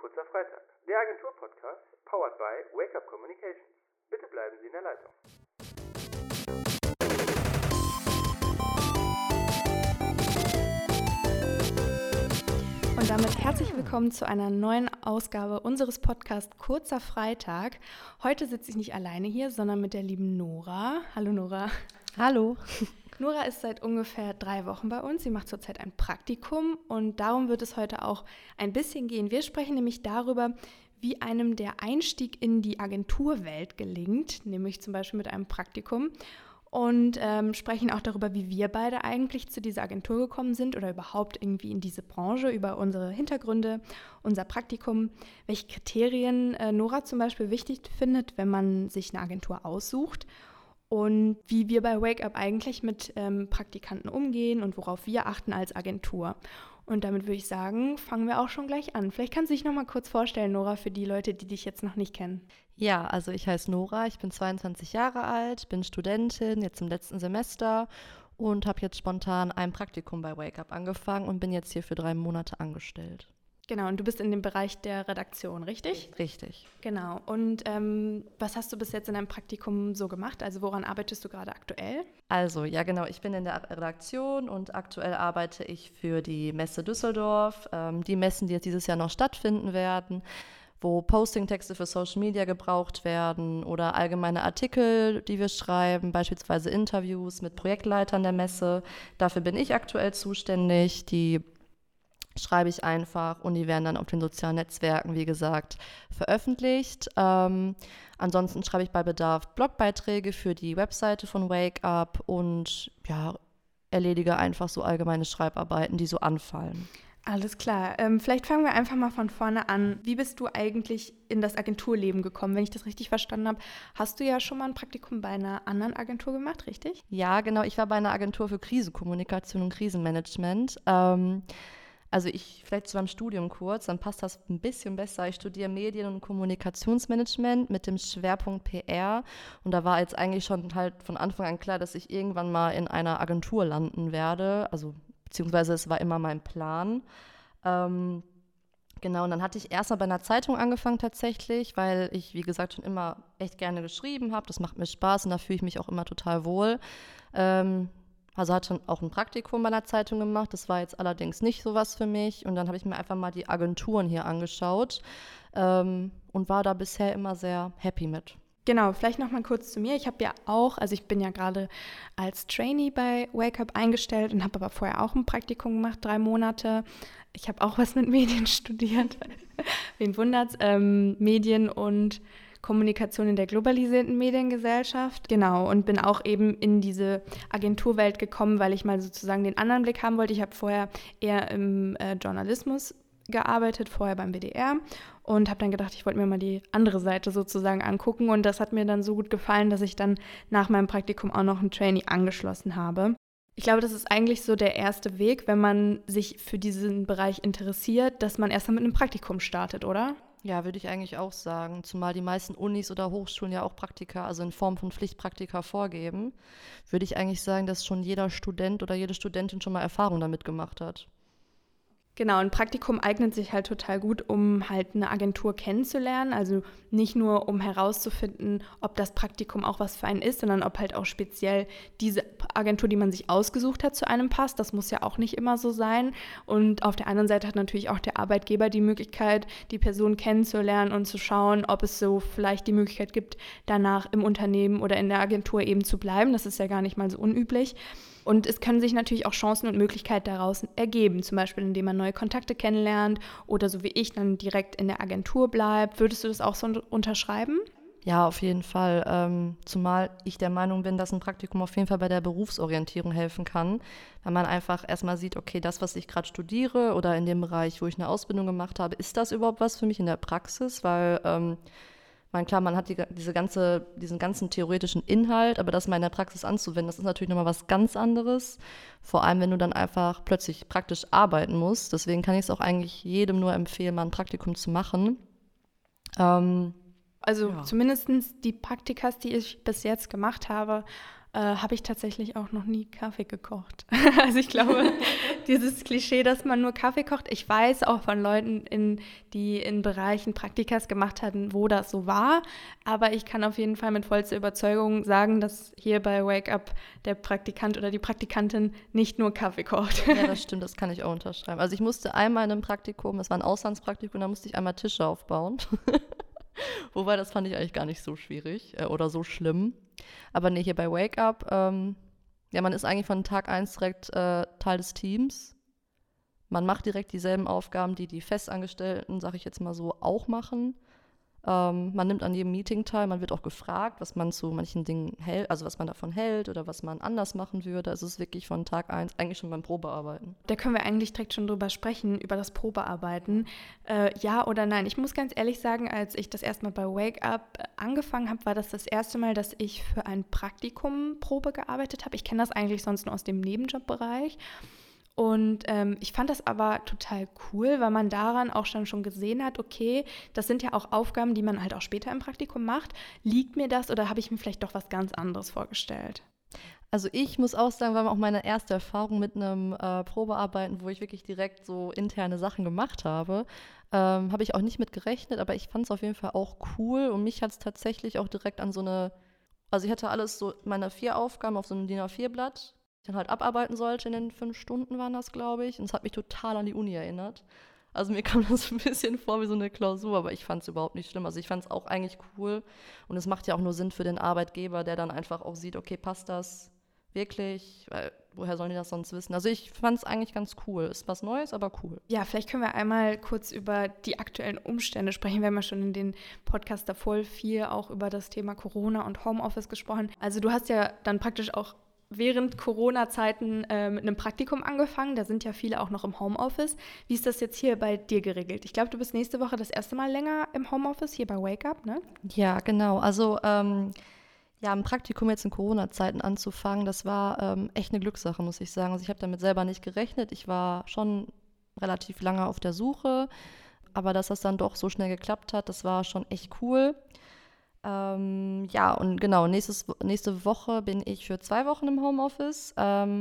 Kurzer Freitag, der Agentur-Podcast, powered by Wake Up Communications. Bitte bleiben Sie in der Leitung. Und damit herzlich willkommen zu einer neuen Ausgabe unseres Podcasts Kurzer Freitag. Heute sitze ich nicht alleine hier, sondern mit der lieben Nora. Hallo Nora. Hallo. Nora ist seit ungefähr 3 Wochen bei uns. Sie macht zurzeit ein Praktikum und darum wird es heute auch ein bisschen gehen. Wir sprechen nämlich darüber, wie einem der Einstieg in die Agenturwelt gelingt, nämlich zum Beispiel mit einem Praktikum. Und sprechen auch darüber, wie wir beide eigentlich zu dieser Agentur gekommen sind oder überhaupt irgendwie in diese Branche, über unsere Hintergründe, unser Praktikum, welche Kriterien Nora zum Beispiel wichtig findet, wenn man sich eine Agentur aussucht und wie wir bei Wake Up eigentlich mit Praktikanten umgehen und worauf wir achten als Agentur. Und damit würde ich sagen, fangen wir auch schon gleich an. Vielleicht kannst du dich noch mal kurz vorstellen, Nora, für die Leute, die dich jetzt noch nicht kennen. Ja, also ich heiße Nora, ich bin 22 Jahre alt, bin Studentin, jetzt im letzten Semester und habe jetzt spontan ein Praktikum bei Wake Up angefangen und bin jetzt hier für 3 Monate angestellt. Genau, und du bist in dem Bereich der Redaktion, richtig? Richtig. Genau, und was hast du bis jetzt in deinem Praktikum so gemacht? Also woran arbeitest du gerade aktuell? Also, ja genau, ich bin in der Redaktion und aktuell arbeite ich für die Messe Düsseldorf, die Messen, die jetzt dieses Jahr noch stattfinden werden, wo Postingtexte für Social Media gebraucht werden oder allgemeine Artikel, die wir schreiben, beispielsweise Interviews mit Projektleitern der Messe. Dafür bin ich aktuell zuständig, die schreibe ich einfach und die werden dann auf den sozialen Netzwerken, wie gesagt, veröffentlicht. Ansonsten schreibe ich bei Bedarf Blogbeiträge für die Webseite von Wake Up und ja, erledige einfach so allgemeine Schreibarbeiten, die so anfallen. Alles klar. Vielleicht fangen wir einfach mal von vorne an. Wie bist du eigentlich in das Agenturleben gekommen? Wenn ich das richtig verstanden habe, hast du ja schon mal ein Praktikum bei einer anderen Agentur gemacht, richtig? Ja, genau. Ich war bei einer Agentur für Krisenkommunikation und Krisenmanagement. Also vielleicht zu meinem Studium kurz, dann passt das ein bisschen besser. Ich studiere Medien- und Kommunikationsmanagement mit dem Schwerpunkt PR und da war jetzt eigentlich schon halt von Anfang an klar, dass ich irgendwann mal in einer Agentur landen werde, also beziehungsweise es war immer mein Plan. Genau, und dann hatte ich erstmal bei einer Zeitung angefangen tatsächlich, weil ich, wie gesagt, schon immer echt gerne geschrieben habe. Das macht mir Spaß und da fühle ich mich auch immer total wohl. Also hatte schon auch ein Praktikum bei einer Zeitung gemacht, das war jetzt allerdings nicht so was für mich. Und dann habe ich mir einfach mal die Agenturen hier angeschaut und war da bisher immer sehr happy mit. Genau, vielleicht noch mal kurz zu mir. Ich habe ja auch, also ich bin ja gerade als Trainee bei Wake Up eingestellt und habe aber vorher auch ein Praktikum gemacht, 3 Monate. Ich habe auch was mit Medien studiert. Wen wundert's? Medien und Kommunikation in der globalisierten Mediengesellschaft. Genau, und bin auch eben in diese Agenturwelt gekommen, weil ich mal sozusagen den anderen Blick haben wollte. Ich habe vorher eher im Journalismus gearbeitet, vorher beim WDR und habe dann gedacht, ich wollte mir mal die andere Seite sozusagen angucken und das hat mir dann so gut gefallen, dass ich dann nach meinem Praktikum auch noch ein Trainee angeschlossen habe. Ich glaube, das ist eigentlich so der erste Weg, wenn man sich für diesen Bereich interessiert, dass man erstmal mit einem Praktikum startet, oder? Ja, würde ich eigentlich auch sagen, zumal die meisten Unis oder Hochschulen ja auch Praktika, also in Form von Pflichtpraktika vorgeben, würde ich eigentlich sagen, dass schon jeder Student oder jede Studentin schon mal Erfahrung damit gemacht hat. Genau, ein Praktikum eignet sich halt total gut, um halt eine Agentur kennenzulernen. Also nicht nur, um herauszufinden, ob das Praktikum auch was für einen ist, sondern ob halt auch speziell diese Agentur, die man sich ausgesucht hat, zu einem passt. Das muss ja auch nicht immer so sein. Und auf der anderen Seite hat natürlich auch der Arbeitgeber die Möglichkeit, die Person kennenzulernen und zu schauen, ob es so vielleicht die Möglichkeit gibt, danach im Unternehmen oder in der Agentur eben zu bleiben. Das ist ja gar nicht mal so unüblich. Und es können sich natürlich auch Chancen und Möglichkeiten daraus ergeben, zum Beispiel indem man neue Kontakte kennenlernt oder so wie ich dann direkt in der Agentur bleibt. Würdest du das auch so unterschreiben? Ja, auf jeden Fall. Zumal ich der Meinung bin, dass ein Praktikum auf jeden Fall bei der Berufsorientierung helfen kann, weil man einfach erstmal sieht, okay, das, was ich gerade studiere oder in dem Bereich, wo ich eine Ausbildung gemacht habe, ist das überhaupt was für mich in der Praxis? Weil klar, man hat diesen ganzen theoretischen Inhalt, aber das mal in der Praxis anzuwenden, das ist natürlich nochmal was ganz anderes. Vor allem, wenn du dann einfach plötzlich praktisch arbeiten musst. Deswegen kann ich es auch eigentlich jedem nur empfehlen, mal ein Praktikum zu machen. Also zumindest die Praktikas, die ich bis jetzt gemacht habe, habe ich tatsächlich auch noch nie Kaffee gekocht. Also ich glaube, dieses Klischee, dass man nur Kaffee kocht, ich weiß auch von Leuten, die in Bereichen Praktikas gemacht hatten, wo das so war, aber ich kann auf jeden Fall mit vollster Überzeugung sagen, dass hier bei Wake Up der Praktikant oder die Praktikantin nicht nur Kaffee kocht. Ja, das stimmt, das kann ich auch unterschreiben. Also ich musste einmal in einem Praktikum, das war ein Auslandspraktikum, da musste ich einmal Tische aufbauen. Wobei, das fand ich eigentlich gar nicht so schwierig oder so schlimm. Aber nee, hier bei Wake Up, ja, man ist eigentlich von Tag 1 direkt Teil des Teams. Man macht direkt dieselben Aufgaben, die die Festangestellten, sag ich jetzt mal so, auch machen. Man nimmt an jedem Meeting teil, man wird auch gefragt, was man zu manchen Dingen hält, also was man davon hält oder was man anders machen würde. Also es ist wirklich von Tag 1 eigentlich schon beim Probearbeiten. Da können wir eigentlich direkt schon drüber sprechen, über das Probearbeiten. Ja oder nein? Ich muss ganz ehrlich sagen, als ich das erste Mal bei Wake Up angefangen habe, war das erste Mal, dass ich für ein Praktikum Probe gearbeitet habe. Ich kenne das eigentlich sonst nur aus dem Nebenjobbereich. Und ich fand das aber total cool, weil man daran auch schon gesehen hat, okay, das sind ja auch Aufgaben, die man halt auch später im Praktikum macht. Liegt mir das oder habe ich mir vielleicht doch was ganz anderes vorgestellt? Also ich muss auch sagen, war auch meine erste Erfahrung mit einem Probearbeiten, wo ich wirklich direkt so interne Sachen gemacht habe. Habe ich auch nicht mit gerechnet, aber ich fand es auf jeden Fall auch cool und mich hat es tatsächlich auch direkt an so eine, also ich hatte alles so, meine 4 Aufgaben auf so einem DIN A4-Blatt, ich dann halt abarbeiten sollte, in den 5 Stunden waren das, glaube ich. Und es hat mich total an die Uni erinnert. Also mir kam das ein bisschen vor wie so eine Klausur, aber ich fand es überhaupt nicht schlimm. Also ich fand es auch eigentlich cool. Und es macht ja auch nur Sinn für den Arbeitgeber, der dann einfach auch sieht, okay, passt das wirklich? Weil woher sollen die das sonst wissen? Also ich fand es eigentlich ganz cool. Ist was Neues, aber cool. Ja, vielleicht können wir einmal kurz über die aktuellen Umstände sprechen. Wir haben ja schon in den Podcast davor viel auch über das Thema Corona und Homeoffice gesprochen. Also du hast ja dann praktisch auch während Corona-Zeiten mit einem Praktikum angefangen. Da sind ja viele auch noch im Homeoffice. Wie ist das jetzt hier bei dir geregelt? Ich glaube, du bist nächste Woche das erste Mal länger im Homeoffice hier bei Wake Up, ne? Ja, genau. Also ja, ein Praktikum jetzt in Corona-Zeiten anzufangen, das war echt eine Glückssache, muss ich sagen. Also ich habe damit selber nicht gerechnet. Ich war schon relativ lange auf der Suche, aber dass das dann doch so schnell geklappt hat, das war schon echt cool. Ja, und genau, nächste Woche bin ich für 2 Wochen im Homeoffice.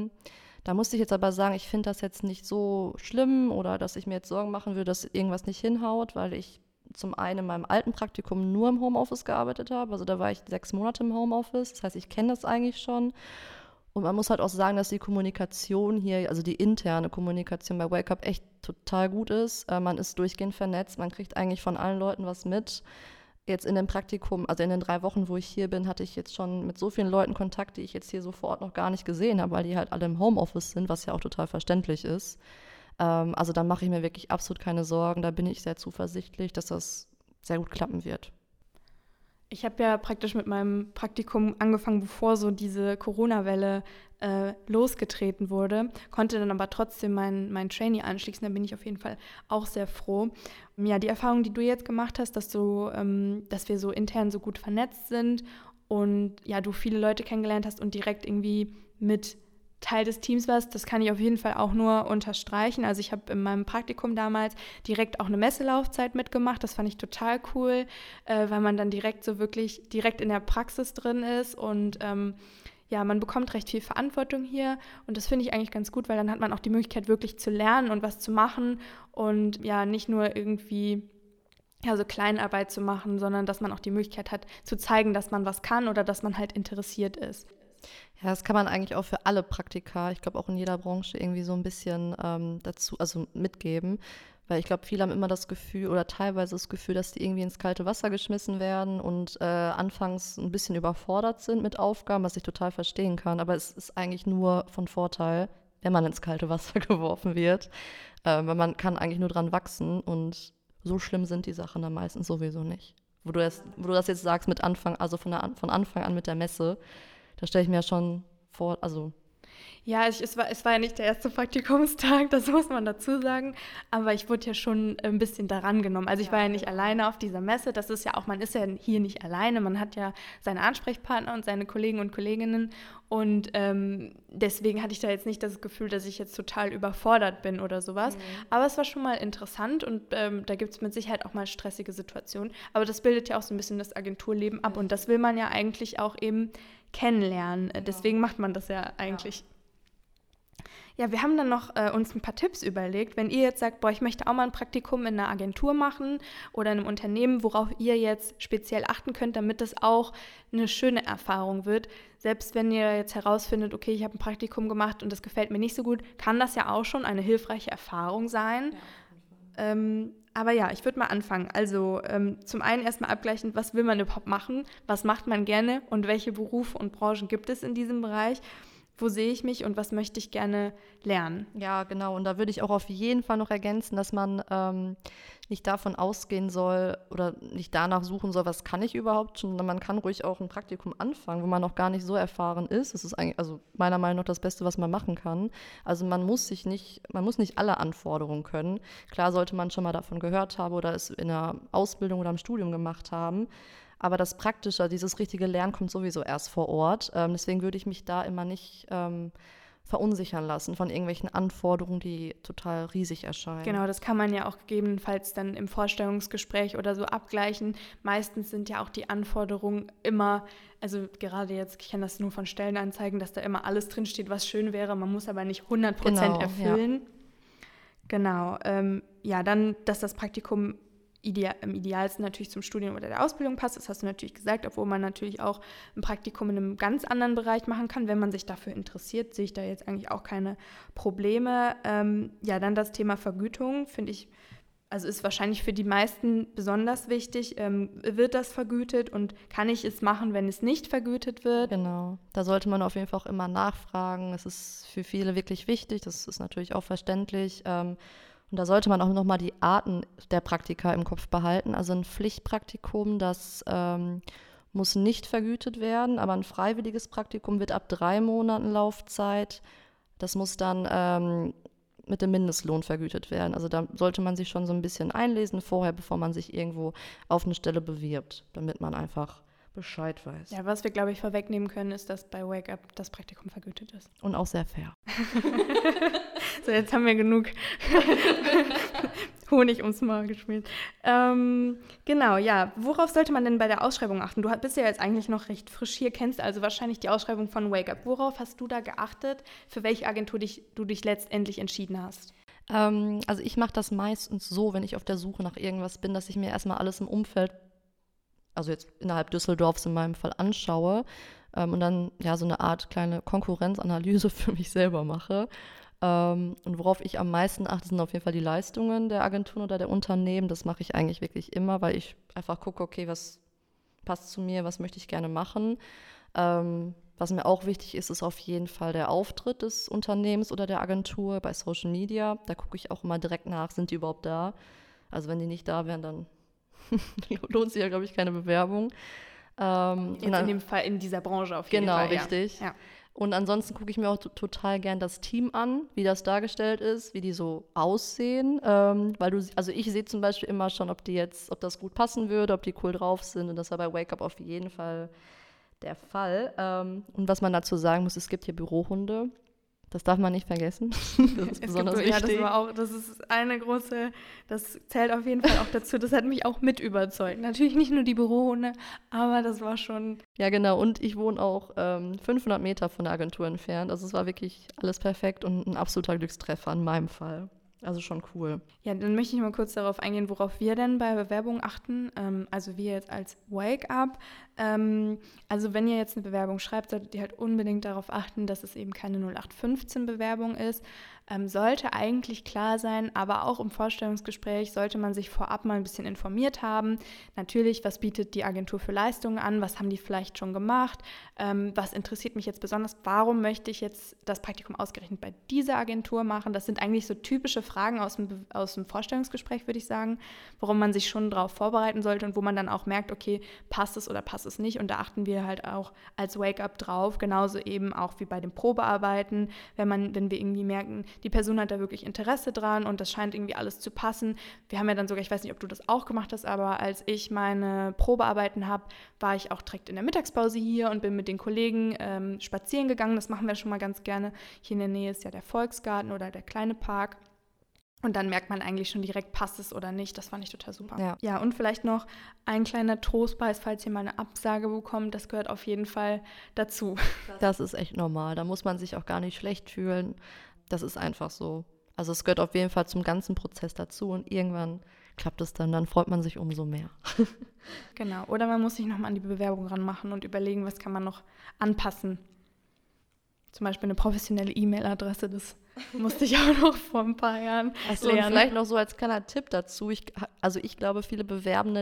Da musste ich jetzt aber sagen, ich finde das jetzt nicht so schlimm oder dass ich mir jetzt Sorgen machen würde, dass irgendwas nicht hinhaut, weil ich zum einen in meinem alten Praktikum nur im Homeoffice gearbeitet habe. Also da war ich 6 Monate im Homeoffice. Das heißt, ich kenne das eigentlich schon. Und man muss halt auch sagen, dass die Kommunikation hier, also die interne Kommunikation bei Wake Up echt total gut ist. Man ist durchgehend vernetzt, man kriegt eigentlich von allen Leuten was mit. Jetzt in dem Praktikum, also in den 3 Wochen, wo ich hier bin, hatte ich jetzt schon mit so vielen Leuten Kontakt, die ich jetzt hier so vor Ort noch gar nicht gesehen habe, weil die halt alle im Homeoffice sind, was ja auch total verständlich ist. Also da mache ich mir wirklich absolut keine Sorgen. Da bin ich sehr zuversichtlich, dass das sehr gut klappen wird. Ich habe ja praktisch mit meinem Praktikum angefangen, bevor so diese Corona-Welle losgetreten wurde, konnte dann aber trotzdem mein Trainee anschließen. Da bin ich auf jeden Fall auch sehr froh. Ja, die Erfahrung, die du jetzt gemacht hast, dass wir so intern so gut vernetzt sind und ja, du viele Leute kennengelernt hast und direkt irgendwie mit Teil des Teams warst, das kann ich auf jeden Fall auch nur unterstreichen. Also ich habe in meinem Praktikum damals direkt auch eine Messelaufzeit mitgemacht. Das fand ich total cool, weil man dann direkt in der Praxis drin ist und ja, man bekommt recht viel Verantwortung hier und das finde ich eigentlich ganz gut, weil dann hat man auch die Möglichkeit, wirklich zu lernen und was zu machen und ja, nicht nur irgendwie so Kleinarbeit zu machen, sondern dass man auch die Möglichkeit hat, zu zeigen, dass man was kann oder dass man halt interessiert ist. Ja, das kann man eigentlich auch für alle Praktika, ich glaube auch in jeder Branche irgendwie so ein bisschen dazu, also mitgeben. Weil ich glaube, viele haben immer das Gefühl oder teilweise das Gefühl, dass die irgendwie ins kalte Wasser geschmissen werden und anfangs ein bisschen überfordert sind mit Aufgaben, was ich total verstehen kann. Aber es ist eigentlich nur von Vorteil, wenn man ins kalte Wasser geworfen wird. Weil man kann eigentlich nur dran wachsen und so schlimm sind die Sachen dann meistens sowieso nicht. Wo du das jetzt sagst mit Anfang, also von Anfang an mit der Messe, da stelle ich mir ja schon vor, also ja, es war ja nicht der erste Praktikumstag, das muss man dazu sagen, aber ich wurde ja schon ein bisschen daran genommen. Also ich war ja nicht alleine auf dieser Messe, das ist ja auch, man ist ja hier nicht alleine, man hat ja seine Ansprechpartner und seine Kollegen und Kolleginnen und deswegen hatte ich da jetzt nicht das Gefühl, dass ich jetzt total überfordert bin oder sowas, aber es war schon mal interessant und da gibt es mit Sicherheit auch mal stressige Situationen, aber das bildet ja auch so ein bisschen das Agenturleben ab und das will man ja eigentlich auch eben kennenlernen. Deswegen macht man das ja eigentlich. Ja, wir haben dann noch uns ein paar Tipps überlegt. Wenn ihr jetzt sagt, ich möchte auch mal ein Praktikum in einer Agentur machen oder in einem Unternehmen, worauf ihr jetzt speziell achten könnt, damit das auch eine schöne Erfahrung wird. Selbst wenn ihr jetzt herausfindet, okay, ich habe ein Praktikum gemacht und das gefällt mir nicht so gut, kann das ja auch schon eine hilfreiche Erfahrung sein. Ja, aber ja, ich würde mal anfangen. Also zum einen erstmal abgleichen, was will man überhaupt machen, was macht man gerne und welche Berufe und Branchen gibt es in diesem Bereich. Wo sehe ich mich und was möchte ich gerne lernen? Ja, genau. Und da würde ich auch auf jeden Fall noch ergänzen, dass man nicht davon ausgehen soll oder nicht danach suchen soll, was kann ich überhaupt schon. Man kann ruhig auch ein Praktikum anfangen, wo man noch gar nicht so erfahren ist. Das ist eigentlich, also meiner Meinung nach das Beste, was man machen kann. Also man muss nicht alle Anforderungen können. Klar sollte man schon mal davon gehört haben oder es in einer Ausbildung oder im Studium gemacht haben. Aber das Praktische, dieses richtige Lernen kommt sowieso erst vor Ort. Deswegen würde ich mich da immer nicht verunsichern lassen von irgendwelchen Anforderungen, die total riesig erscheinen. Genau, das kann man ja auch gegebenenfalls dann im Vorstellungsgespräch oder so abgleichen. Meistens sind ja auch die Anforderungen immer, also gerade jetzt, ich kenne das nur von Stellenanzeigen, dass da immer alles drinsteht, was schön wäre. Man muss aber nicht 100% erfüllen. Ja. Genau. Ja, dann, dass das Praktikum im idealsten natürlich zum Studium oder der Ausbildung passt. Das hast du natürlich gesagt, obwohl man natürlich auch ein Praktikum in einem ganz anderen Bereich machen kann. Wenn man sich dafür interessiert, sehe ich da jetzt eigentlich auch keine Probleme. Ja, dann das Thema Vergütung, finde ich, also ist wahrscheinlich für die meisten besonders wichtig. Wird das vergütet und kann ich es machen, wenn es nicht vergütet wird? Genau, da sollte man auf jeden Fall auch immer nachfragen. Es ist für viele wirklich wichtig, das ist natürlich auch verständlich. Und da sollte man auch nochmal die Arten der Praktika im Kopf behalten. Also ein Pflichtpraktikum, das muss nicht vergütet werden, aber ein freiwilliges Praktikum wird ab 3 Monaten Laufzeit. Das muss dann mit dem Mindestlohn vergütet werden. Also da sollte man sich schon so ein bisschen einlesen vorher, bevor man sich irgendwo auf eine Stelle bewirbt, damit man einfach Bescheid weiß. Ja, was wir, glaube ich, vorwegnehmen können, ist, dass bei Wake Up das Praktikum vergütet ist. Und auch sehr fair. So, jetzt haben wir genug Honig ums Maul geschmiert. Genau, ja. Worauf sollte man denn bei der Ausschreibung achten? Du bist ja jetzt eigentlich noch recht frisch hier, kennst also wahrscheinlich die Ausschreibung von Wake Up. Worauf hast du da geachtet, für welche Agentur du dich letztendlich entschieden hast? Also ich mache das meistens so, wenn ich auf der Suche nach irgendwas bin, dass ich mir erstmal alles im Umfeld, also jetzt innerhalb Düsseldorfs in meinem Fall, anschaue und dann ja so eine Art kleine Konkurrenzanalyse für mich selber mache. Und worauf ich am meisten achte, sind auf jeden Fall die Leistungen der Agenturen oder der Unternehmen. Das mache ich eigentlich wirklich immer, weil ich einfach gucke, okay, was passt zu mir, was möchte ich gerne machen. Was mir auch wichtig ist, ist auf jeden Fall der Auftritt des Unternehmens oder der Agentur bei Social Media. Da gucke ich auch immer direkt nach, sind die überhaupt da? Also wenn die nicht da wären, dann lohnt sich ja, glaube ich, keine Bewerbung. Jetzt in dem Fall in dieser Branche auf jeden Fall. Genau, richtig. Ja. Und ansonsten gucke ich mir auch total gern das Team an, wie das dargestellt ist, wie die so aussehen. Also ich sehe zum Beispiel immer schon, ob das gut passen würde, ob die cool drauf sind. Und das war bei Wake Up auf jeden Fall der Fall. Und was man dazu sagen muss, es gibt hier Bürohunde. Das darf man nicht vergessen. Das ist besonders wichtig. Ja, das ist das zählt auf jeden Fall auch dazu. Das hat mich auch mit überzeugt. Natürlich nicht nur die Bürohunde, aber das war schon... Ja, genau. Und ich wohne auch 500 Meter von der Agentur entfernt. Also es war wirklich alles perfekt und ein absoluter Glückstreffer in meinem Fall. Also schon cool. Ja, dann möchte ich mal kurz darauf eingehen, worauf wir denn bei Bewerbungen achten. Also wir jetzt als Wake Up. Also wenn ihr jetzt eine Bewerbung schreibt, solltet ihr halt unbedingt darauf achten, dass es eben keine 0815-Bewerbung ist. Sollte eigentlich klar sein, aber auch im Vorstellungsgespräch sollte man sich vorab mal ein bisschen informiert haben. Natürlich, was bietet die Agentur für Leistungen an? Was haben die vielleicht schon gemacht? Was interessiert mich jetzt besonders? Warum möchte ich jetzt das Praktikum ausgerechnet bei dieser Agentur machen? Das sind eigentlich so typische Fragen aus dem Vorstellungsgespräch, würde ich sagen, worum man sich schon darauf vorbereiten sollte und wo man dann auch merkt, okay, passt es oder passt es nicht? Und da achten wir halt auch als Wake Up drauf, genauso eben auch wie bei den Probearbeiten, wenn wir irgendwie merken, die Person hat da wirklich Interesse dran und das scheint irgendwie alles zu passen. Wir haben ja dann sogar, ich weiß nicht, ob du das auch gemacht hast, aber als ich meine Probearbeiten habe, war ich auch direkt in der Mittagspause hier und bin mit den Kollegen spazieren gegangen. Das machen wir schon mal ganz gerne. Hier in der Nähe ist ja der Volksgarten oder der kleine Park. Und dann merkt man eigentlich schon direkt, passt es oder nicht. Das fand ich total super. Ja. Ja, und vielleicht noch ein kleiner Trostpreis, falls ihr mal eine Absage bekommt. Das gehört auf jeden Fall dazu. Das ist echt normal. Da muss man sich auch gar nicht schlecht fühlen. Das ist einfach so. Also es gehört auf jeden Fall zum ganzen Prozess dazu und irgendwann klappt es dann freut man sich umso mehr. Genau. Oder man muss sich nochmal an die Bewerbung ranmachen und überlegen, was kann man noch anpassen. Zum Beispiel eine professionelle E-Mail-Adresse, das musste ich auch noch vor ein paar Jahren Also, und lernen. vielleicht noch so als kleiner Tipp dazu. Ich glaube, viele Bewerbende,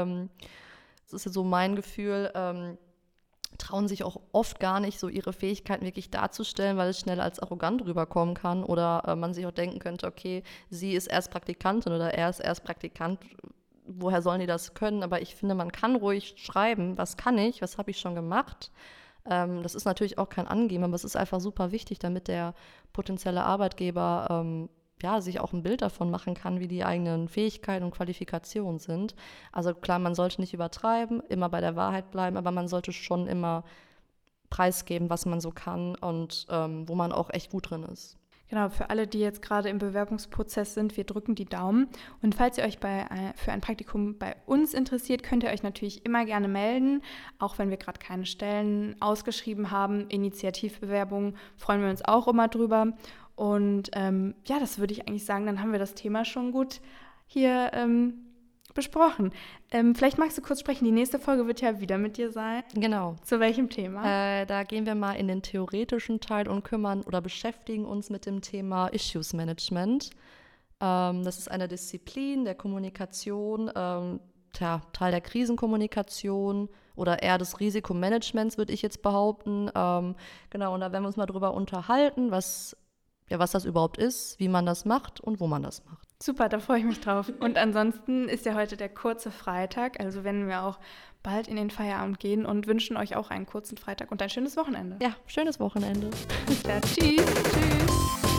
das ist ja so mein Gefühl, trauen sich auch oft gar nicht, so ihre Fähigkeiten wirklich darzustellen, weil es schnell als arrogant rüberkommen kann oder man sich auch denken könnte, okay, sie ist erst Praktikantin oder er ist erst Praktikant, woher sollen die das können? Aber ich finde, man kann ruhig schreiben, was kann ich, was habe ich schon gemacht. Das ist natürlich auch kein Angeben, aber es ist einfach super wichtig, damit der potenzielle Arbeitgeber sich auch ein Bild davon machen kann, wie die eigenen Fähigkeiten und Qualifikationen sind. Also klar, man sollte nicht übertreiben, immer bei der Wahrheit bleiben, aber man sollte schon immer preisgeben, was man so kann und wo man auch echt gut drin ist. Genau, für alle, die jetzt gerade im Bewerbungsprozess sind, wir drücken die Daumen. Und falls ihr euch für ein Praktikum bei uns interessiert, könnt ihr euch natürlich immer gerne melden. Auch wenn wir gerade keine Stellen ausgeschrieben haben, Initiativbewerbungen, freuen wir uns auch immer drüber. Und das würde ich eigentlich sagen, dann haben wir das Thema schon gut hier besprochen. Vielleicht magst du kurz sprechen, die nächste Folge wird ja wieder mit dir sein. Genau. Zu welchem Thema? Da gehen wir mal in den theoretischen Teil und beschäftigen uns mit dem Thema Issues Management. Das ist eine Disziplin der Kommunikation, Teil der Krisenkommunikation oder eher des Risikomanagements, würde ich jetzt behaupten. Genau, und da werden wir uns mal drüber unterhalten, was das überhaupt ist, wie man das macht und wo man das macht. Super, da freue ich mich drauf. Und ansonsten ist ja heute der kurze Freitag, also werden wir auch bald in den Feierabend gehen und wünschen euch auch einen kurzen Freitag und ein schönes Wochenende. Ja, schönes Wochenende. Bis dann. Tschüss. Tschüss.